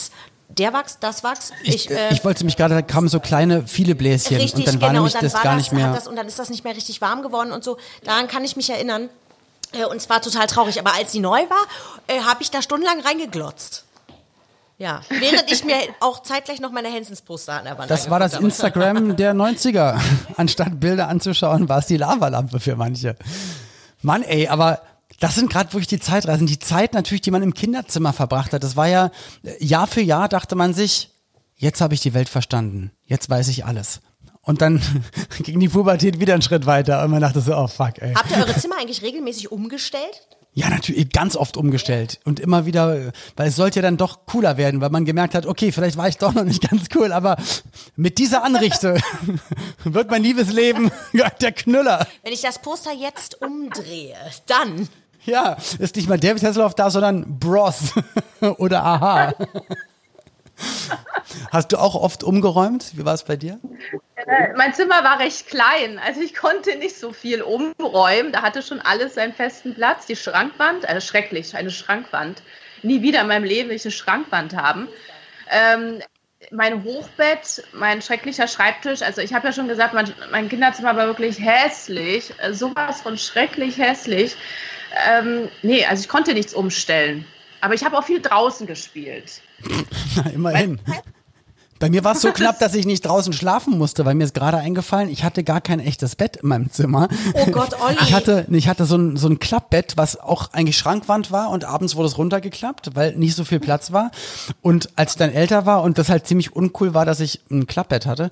das Wachs. Ich wollte mich gerade, da kamen so kleine, viele Bläschen. Richtig, und dann war nämlich und dann das gar nicht mehr. und dann ist das nicht mehr richtig warm geworden und so. Daran kann ich mich erinnern. Und zwar total traurig. Aber als die neu war, habe ich da stundenlang reingeglotzt. Ja, während ich mir auch zeitgleich noch meine Hensons-Poster an der Wand Das war das Instagram der 90er. Anstatt Bilder anzuschauen, war es die Lavalampe für manche. Mann, ey, aber das sind gerade wirklich die Zeitreisen. Die Zeit natürlich, die man im Kinderzimmer verbracht hat. Das war ja, Jahr für Jahr dachte man sich, jetzt habe ich die Welt verstanden. Jetzt weiß ich alles. Und dann ging die Pubertät wieder einen Schritt weiter. Und man dachte so, oh fuck, ey. Habt ihr eure Zimmer eigentlich regelmäßig umgestellt? Ja, natürlich, ganz oft umgestellt. Und immer wieder, weil es sollte ja dann doch cooler werden, weil man gemerkt hat, okay, vielleicht war ich doch noch nicht ganz cool, aber mit dieser Anrichte wird mein Liebesleben der Knüller. Wenn ich das Poster jetzt umdrehe, dann... Ja, ist nicht mal David Hasselhoff da, sondern Bros oder Aha. Hast du auch oft umgeräumt? Wie war es bei dir? Mein Zimmer war recht klein, also ich konnte nicht so viel umräumen. Da hatte schon alles seinen festen Platz. Die Schrankwand, schrecklich, eine Schrankwand. Nie wieder in meinem Leben will ich eine Schrankwand haben. Mein Hochbett, mein schrecklicher Schreibtisch. Also ich habe ja schon gesagt, mein Kinderzimmer war wirklich hässlich. Sowas von schrecklich hässlich. Nee, also ich konnte nichts umstellen. Aber ich habe auch viel draußen gespielt. Na, immerhin. Bei mir war es so knapp, dass ich nicht draußen schlafen musste, weil mir ist gerade eingefallen, ich hatte gar kein echtes Bett in meinem Zimmer. Oh Gott, Olli. Ich hatte so ein Klappbett, was auch eigentlich Schrankwand war und abends wurde es runtergeklappt, weil nicht so viel Platz war. Und als ich dann älter war und das halt ziemlich uncool war, dass ich ein Klappbett hatte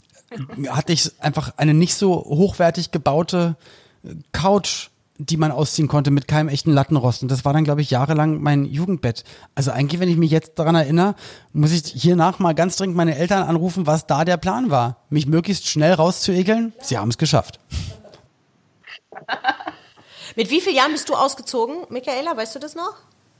ich einfach eine nicht so hochwertig gebaute Couch, die man ausziehen konnte mit keinem echten Lattenrost. Und das war dann, glaube ich, jahrelang mein Jugendbett. Also eigentlich, wenn ich mich jetzt daran erinnere, muss ich hiernach mal ganz dringend meine Eltern anrufen, was da der Plan war. Mich möglichst schnell rauszuekeln. Sie haben es geschafft. Mit wie vielen Jahren bist du ausgezogen, Michaela? Weißt du das noch?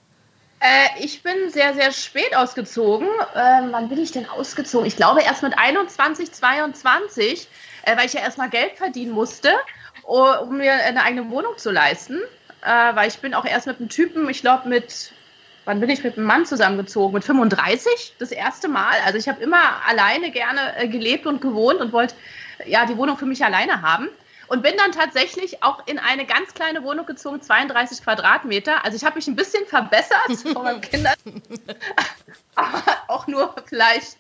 Ich bin sehr, sehr spät ausgezogen. Wann bin ich denn ausgezogen? Ich glaube erst mit 21, 22, weil ich ja erstmal Geld verdienen musste, um mir eine eigene Wohnung zu leisten. Weil ich bin auch erst mit einem Typen, ich glaube wann bin ich mit einem Mann zusammengezogen? Mit 35, das erste Mal. Also ich habe immer alleine gerne gelebt und gewohnt und wollte ja die Wohnung für mich alleine haben. Und bin dann tatsächlich auch in eine ganz kleine Wohnung gezogen, 32 Quadratmeter. Also ich habe mich ein bisschen verbessert von meinem Kinder. Aber auch nur vielleicht,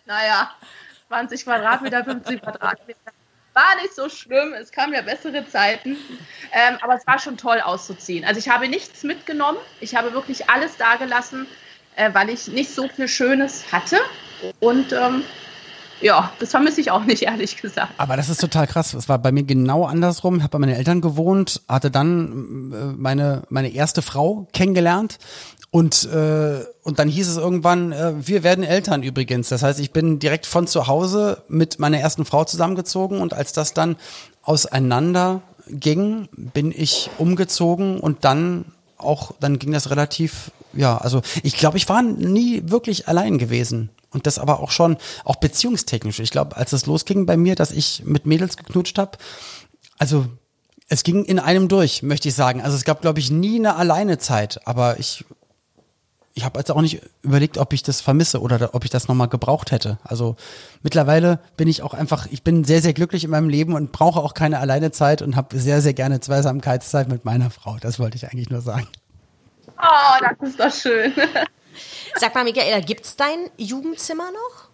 20 Quadratmeter, 50 Quadratmeter. War nicht so schlimm, es kamen ja bessere Zeiten. Aber es war schon toll auszuziehen. Also ich habe nichts mitgenommen. Ich habe wirklich alles dagelassen, weil ich nicht so viel Schönes hatte. Und ja, das vermisse ich auch nicht, ehrlich gesagt. Aber das ist total krass. Es war bei mir genau andersrum. Ich habe bei meinen Eltern gewohnt, hatte dann meine erste Frau kennengelernt und dann hieß es irgendwann, wir werden Eltern übrigens. Das heißt, ich bin direkt von zu Hause mit meiner ersten Frau zusammengezogen und als das dann auseinander ging, bin ich umgezogen und dann ging das relativ, also ich glaube, ich war nie wirklich allein gewesen. Und das aber auch beziehungstechnisch. Ich glaube, als es losging bei mir, dass ich mit Mädels geknutscht habe, also es ging in einem durch, möchte ich sagen. Also es gab, glaube ich, nie eine Alleinezeit. Aber ich habe jetzt auch nicht überlegt, ob ich das vermisse oder ob ich das nochmal gebraucht hätte. Also mittlerweile bin ich auch ich bin sehr, sehr glücklich in meinem Leben und brauche auch keine Alleinezeit und habe sehr, sehr gerne Zweisamkeitszeit mit meiner Frau. Das wollte ich eigentlich nur sagen. Oh, das ist doch schön. Sag mal, Michaela, gibt's dein Jugendzimmer noch?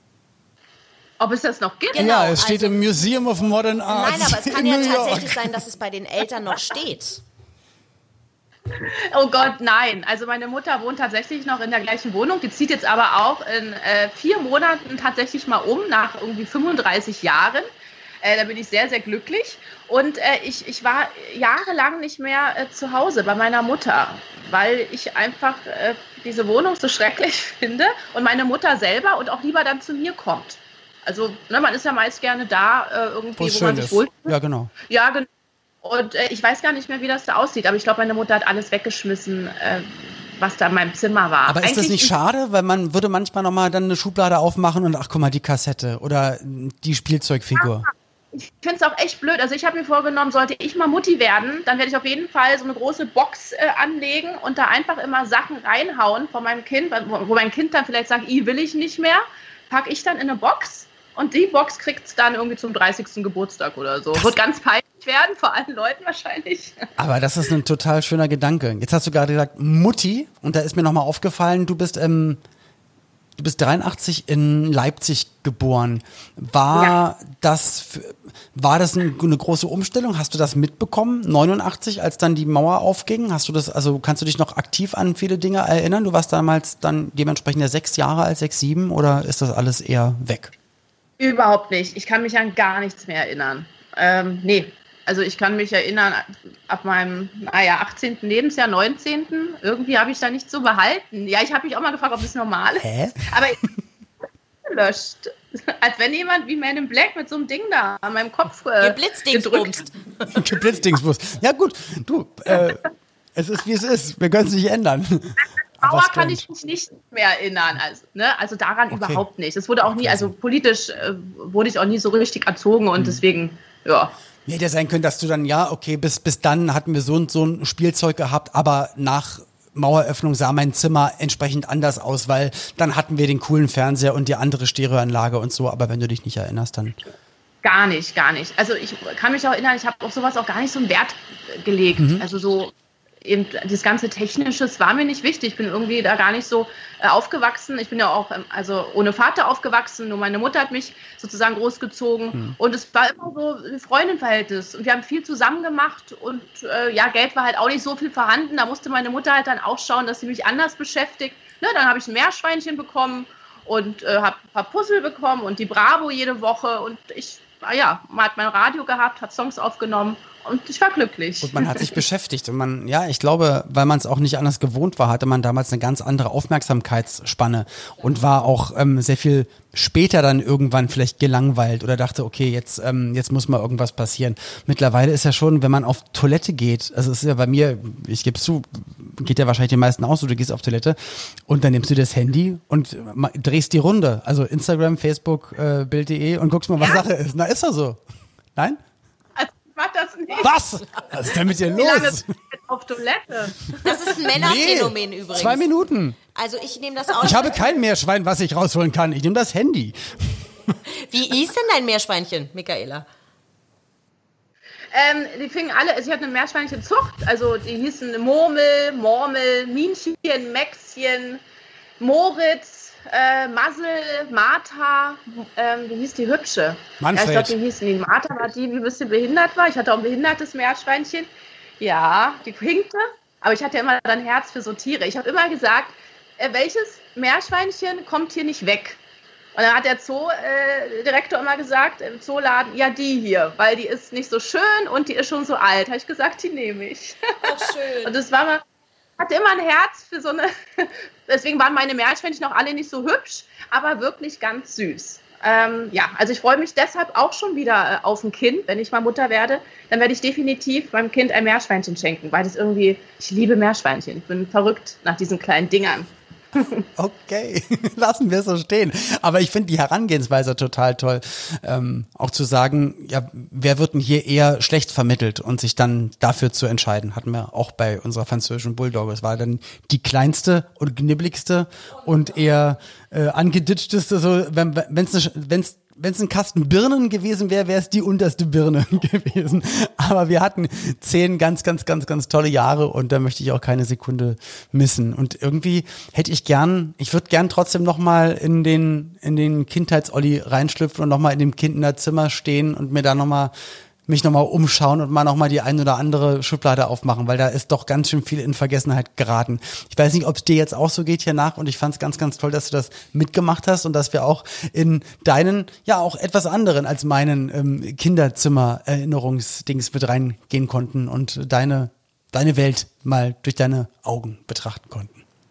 Ob es das noch gibt? Genau, ja, es steht im Museum of Modern Art. Nein, aber es kann ja tatsächlich sein, dass es bei den Eltern noch steht. Oh Gott, nein. Also meine Mutter wohnt tatsächlich noch in der gleichen Wohnung. Die zieht jetzt aber auch in 4 Monaten tatsächlich mal um, nach irgendwie 35 Jahren. Da bin ich sehr, sehr glücklich. Und ich war jahrelang nicht mehr zu Hause bei meiner Mutter, weil ich einfach diese Wohnung so schrecklich finde und meine Mutter selber und auch lieber dann zu mir kommt. Also ne, man ist ja meist gerne da irgendwie, wo man sich wohlfühlt. Ja, genau. Ja, genau. Und ich weiß gar nicht mehr, wie das da aussieht, aber ich glaube, meine Mutter hat alles weggeschmissen, was da in meinem Zimmer war. Aber ist das nicht schade? Weil man würde manchmal nochmal dann eine Schublade aufmachen und ach, guck mal, die Kassette oder die Spielzeugfigur. Ja. Ich finde es auch echt blöd. Also ich habe mir vorgenommen, sollte ich mal Mutti werden, dann werde ich auf jeden Fall so eine große Box anlegen und da einfach immer Sachen reinhauen von meinem Kind, wo mein Kind dann vielleicht sagt, will ich nicht mehr, packe ich dann in eine Box und die Box kriegt es dann irgendwie zum 30. Geburtstag oder so. Wird ganz peinlich werden, vor allen Leuten wahrscheinlich. Aber das ist ein total schöner Gedanke. Jetzt hast du gerade gesagt, Mutti, und da ist mir nochmal aufgefallen, du bist 83 in Leipzig geboren. War das eine große Umstellung? Hast du das mitbekommen? 89, als dann die Mauer aufging? Kannst du dich noch aktiv an viele Dinge erinnern? Du warst damals dann dementsprechend ja 6 Jahre alt, 6, 7 oder ist das alles eher weg? Überhaupt nicht. Ich kann mich an gar nichts mehr erinnern. Nee. Also ich kann mich erinnern, ab meinem 18. Lebensjahr, 19. Irgendwie habe ich da nicht so behalten. Ja, ich habe mich auch mal gefragt, ob das normal ist. Hä? Aber ich gelöscht. Als wenn jemand wie Man in Black mit so einem Ding da an meinem Kopf Geblitzdingsbumst. Geblitzdingsbumst. Ja gut, du, es ist wie es ist. Wir können es nicht ändern. Mauer kann ich mich nicht mehr erinnern. Also daran überhaupt nicht. Es wurde auch nie, also politisch wurde ich auch nie so richtig erzogen und deswegen, ja. Nee, hätte sein können, dass du dann, bis dann hatten wir so und so ein Spielzeug gehabt, aber nach Maueröffnung sah mein Zimmer entsprechend anders aus, weil dann hatten wir den coolen Fernseher und die andere Stereoanlage und so, aber wenn du dich nicht erinnerst, dann... Gar nicht. Also ich kann mich auch erinnern, ich habe auf sowas auch gar nicht so einen Wert gelegt. Also so eben das ganze Technische war mir nicht wichtig. Ich bin irgendwie da gar nicht so aufgewachsen. Ich bin ja auch ohne Vater aufgewachsen. Nur meine Mutter hat mich sozusagen großgezogen. Und es war immer so ein Freundenverhältnis. Und wir haben viel zusammen gemacht. Und Geld war halt auch nicht so viel vorhanden. Da musste meine Mutter halt dann auch schauen, dass sie mich anders beschäftigt. Ne, dann habe ich ein Meerschweinchen bekommen und habe ein paar Puzzle bekommen und die Bravo jede Woche. Und man hat mein Radio gehabt, hat Songs aufgenommen. Und ich war glücklich. Und man hat sich beschäftigt. Und ich glaube, weil man es auch nicht anders gewohnt war, hatte man damals eine ganz andere Aufmerksamkeitsspanne und war auch sehr viel später dann irgendwann vielleicht gelangweilt oder dachte, okay, jetzt muss mal irgendwas passieren. Mittlerweile ist ja schon, wenn man auf Toilette geht, also es ist ja bei mir, ich gebe es zu, geht ja wahrscheinlich den meisten aus, du gehst auf Toilette und dann nimmst du das Handy und drehst die Runde. Also Instagram, Facebook, Bild.de und guckst mal, was Sache ist. Na, ist doch so. Nein? Mach das nicht. Was? Was ist denn mit dir los? Wie lange bist du jetzt auf Toilette? Das ist ein Männerphänomen übrigens. 2 Minuten. Also ich nehme das auch. Ich habe kein Meerschwein, was ich rausholen kann. Ich nehme das Handy. Wie hieß denn dein Meerschweinchen, Michaela? Die fingen alle, also ich hatte eine Meerschweinchenzucht, also die hießen Murmel, Mormel, Minchen, Maxchen, Moritz, Masel, Martha, wie hieß die Hübsche? Manfred. Ja, ich glaube, die Martha war die ein bisschen behindert war. Ich hatte auch ein behindertes Meerschweinchen. Ja, die hinkte. Aber ich hatte ja immer ein Herz für so Tiere. Ich habe immer gesagt, welches Meerschweinchen kommt hier nicht weg? Und dann hat der Zoodirektor immer gesagt, im Zooladen, ja, die hier, weil die ist nicht so schön und die ist schon so alt. Habe ich gesagt, die nehme ich. Ach, schön. Und das war mal... Hatte immer ein Herz für so eine, deswegen waren meine Meerschweinchen auch alle nicht so hübsch, aber wirklich ganz süß. Also ich freue mich deshalb auch schon wieder auf ein Kind. Wenn ich mal Mutter werde, dann werde ich definitiv meinem Kind ein Meerschweinchen schenken, weil ich liebe Meerschweinchen. Ich bin verrückt nach diesen kleinen Dingern. Okay, lassen wir es so stehen. Aber ich finde die Herangehensweise total toll. Auch zu sagen, ja, wer wird denn hier eher schlecht vermittelt und sich dann dafür zu entscheiden, hatten wir auch bei unserer französischen Bulldogge. Es war dann die kleinste und knibbligste und eher angeditschteste, so wenn es ein Kasten Birnen gewesen wäre, wäre es die unterste Birne gewesen. Aber wir hatten 10 ganz, ganz, ganz, ganz tolle Jahre und da möchte ich auch keine Sekunde missen. Und irgendwie ich würde gern trotzdem nochmal in den Kindheits-Olli reinschlüpfen und nochmal in dem Kinderzimmer stehen und mir da mich nochmal umschauen und mal nochmal die ein oder andere Schublade aufmachen, weil da ist doch ganz schön viel in Vergessenheit geraten. Ich weiß nicht, ob es dir jetzt auch so geht hier nach und ich fand es ganz, ganz toll, dass du das mitgemacht hast und dass wir auch in deinen, ja auch etwas anderen als meinen Kinderzimmer-Erinnerungsdings mit reingehen konnten und deine Welt mal durch deine Augen betrachten konnten.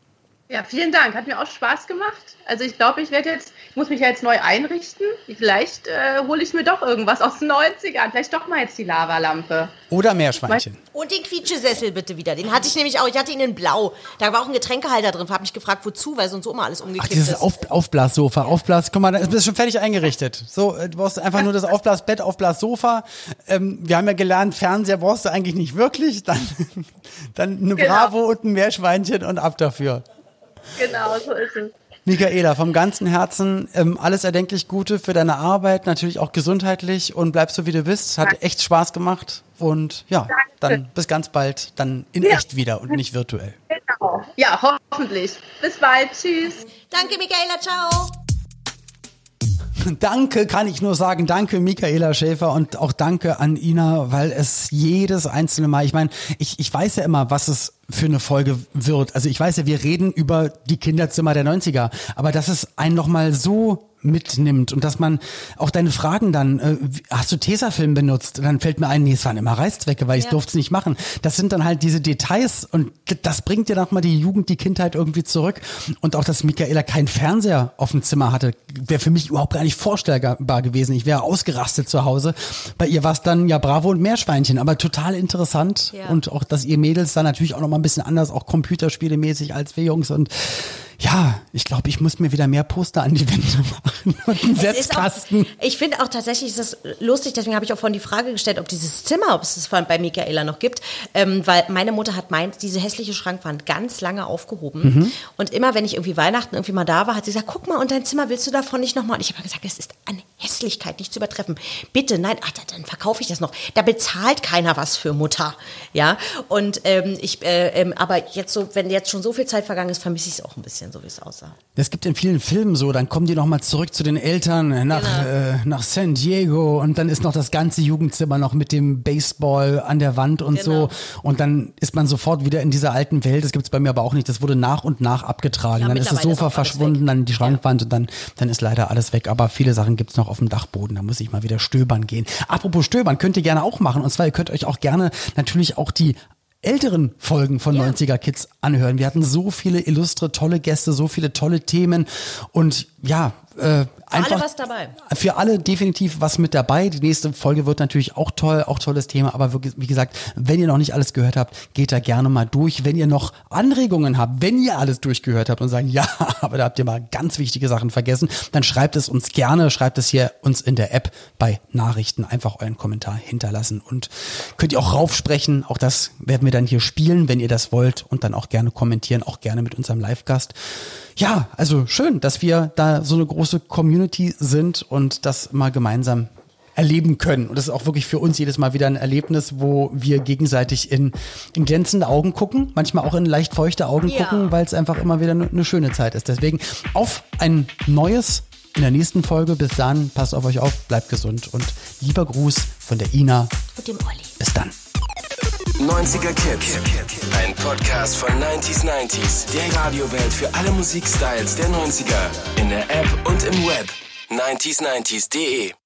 Ja, vielen Dank. Hat mir auch Spaß gemacht. Also ich glaube, ich muss mich ja jetzt neu einrichten. Vielleicht hole ich mir doch irgendwas aus den 90ern. Vielleicht doch mal jetzt die Lavalampe. Oder Meerschweinchen. Und den Quietschesessel bitte wieder. Den hatte ich nämlich auch. Ich hatte ihn in Blau. Da war auch ein Getränkehalter drin. Ich habe mich gefragt, wozu, weil sonst so immer alles umgekippt ist. Dieses Aufblassofa. Guck mal, das ist schon fertig eingerichtet. So, du brauchst einfach nur das Aufblasbett, Aufblassofa. Wir haben ja gelernt, Fernseher brauchst du eigentlich nicht wirklich. Dann eine Bravo und ein Meerschweinchen und ab dafür. Genau, so ist es. Michaela, vom ganzen Herzen alles erdenklich Gute für deine Arbeit, natürlich auch gesundheitlich und bleib so, wie du bist. Hat echt Spaß gemacht und ja, dann bis ganz bald, dann in echt wieder und nicht virtuell. Genau. Ja, hoffentlich. Bis bald. Tschüss. Danke, Michaela. Ciao. Danke, kann ich nur sagen. Danke, Michaela Schäfer, und auch danke an Ina, weil es jedes einzelne Mal, ich meine, ich weiß ja immer, was es für eine Folge wird. Also ich weiß ja, wir reden über die Kinderzimmer der 90er, aber dass es einen nochmal so mitnimmt und dass man auch deine Fragen dann, hast du Tesafilm benutzt? Und dann fällt mir ein, nee, es waren immer Reißzwecke, weil ich durfte es nicht machen. Das sind dann halt diese Details und das bringt dir nochmal die Jugend, die Kindheit irgendwie zurück. Und auch, dass Michaela keinen Fernseher auf dem Zimmer hatte, wäre für mich überhaupt gar nicht vorstellbar gewesen. Ich wäre ausgerastet zu Hause. Bei ihr war es dann ja Bravo und Meerschweinchen, aber total interessant. Ja. Und auch, dass ihr Mädels da natürlich auch nochmal ein bisschen anders, auch computerspielemäßig als wir Jungs. Und ja, ich glaube, ich muss mir wieder mehr Poster an die Wände machen und einen Setzkasten. Ich finde auch tatsächlich, ist das lustig, deswegen habe ich auch vorhin die Frage gestellt, ob dieses Zimmer, ob es das bei Michaela noch gibt, weil meine Mutter hat diese hässliche Schrankwand ganz lange aufgehoben und immer, wenn ich irgendwie Weihnachten irgendwie mal da war, hat sie gesagt, guck mal, und dein Zimmer, willst du davon nicht nochmal? Und ich habe gesagt, es ist an Hässlichkeit nicht zu übertreffen. Bitte, nein, dann verkaufe ich das noch. Da bezahlt keiner was für Mutter, ja, und aber jetzt so, wenn jetzt schon so viel Zeit vergangen ist, vermisse ich es auch ein bisschen, so wie es aussah. Es gibt in vielen Filmen so, dann kommen die nochmal zurück zu den Eltern nach San Diego und dann ist noch das ganze Jugendzimmer noch mit dem Baseball an der Wand und so und dann ist man sofort wieder in dieser alten Welt. Das gibt es bei mir aber auch nicht. Das wurde nach und nach abgetragen. Ja, dann ist das Sofa verschwunden, dann die Schrankwand und dann ist leider alles weg. Aber viele Sachen gibt es noch auf dem Dachboden. Da muss ich mal wieder stöbern gehen. Apropos stöbern, könnt ihr gerne auch machen. Und zwar, ihr könnt euch auch gerne natürlich auch die älteren Folgen von 90er Kids anhören. Wir hatten so viele illustre, tolle Gäste, so viele tolle Themen und ja, einfach für alle was dabei. Für alle definitiv was mit dabei. Die nächste Folge wird natürlich auch toll, auch tolles Thema. Aber wie gesagt, wenn ihr noch nicht alles gehört habt, geht da gerne mal durch. Wenn ihr noch Anregungen habt, wenn ihr alles durchgehört habt und sagt, ja, aber da habt ihr mal ganz wichtige Sachen vergessen, dann schreibt es uns gerne, schreibt es hier uns in der App bei Nachrichten. Einfach euren Kommentar hinterlassen und könnt ihr auch raufsprechen. Auch das werden wir dann hier spielen, wenn ihr das wollt und dann auch gerne kommentieren, auch gerne mit unserem Live-Gast. Ja, also schön, dass wir da so eine große Community sind und das mal gemeinsam erleben können. Und das ist auch wirklich für uns jedes Mal wieder ein Erlebnis, wo wir gegenseitig in glänzende Augen gucken, manchmal auch in leicht feuchte Augen gucken, weil es einfach immer wieder eine schöne Zeit ist. Deswegen auf ein neues in der nächsten Folge. Bis dann, passt auf euch auf, bleibt gesund und lieber Gruß von der Ina und dem Olli. Bis dann. 90er Kids, ein Podcast von 90s, der Radiowelt für alle Musikstyles der 90er, in der App und im Web, 90s90s.de.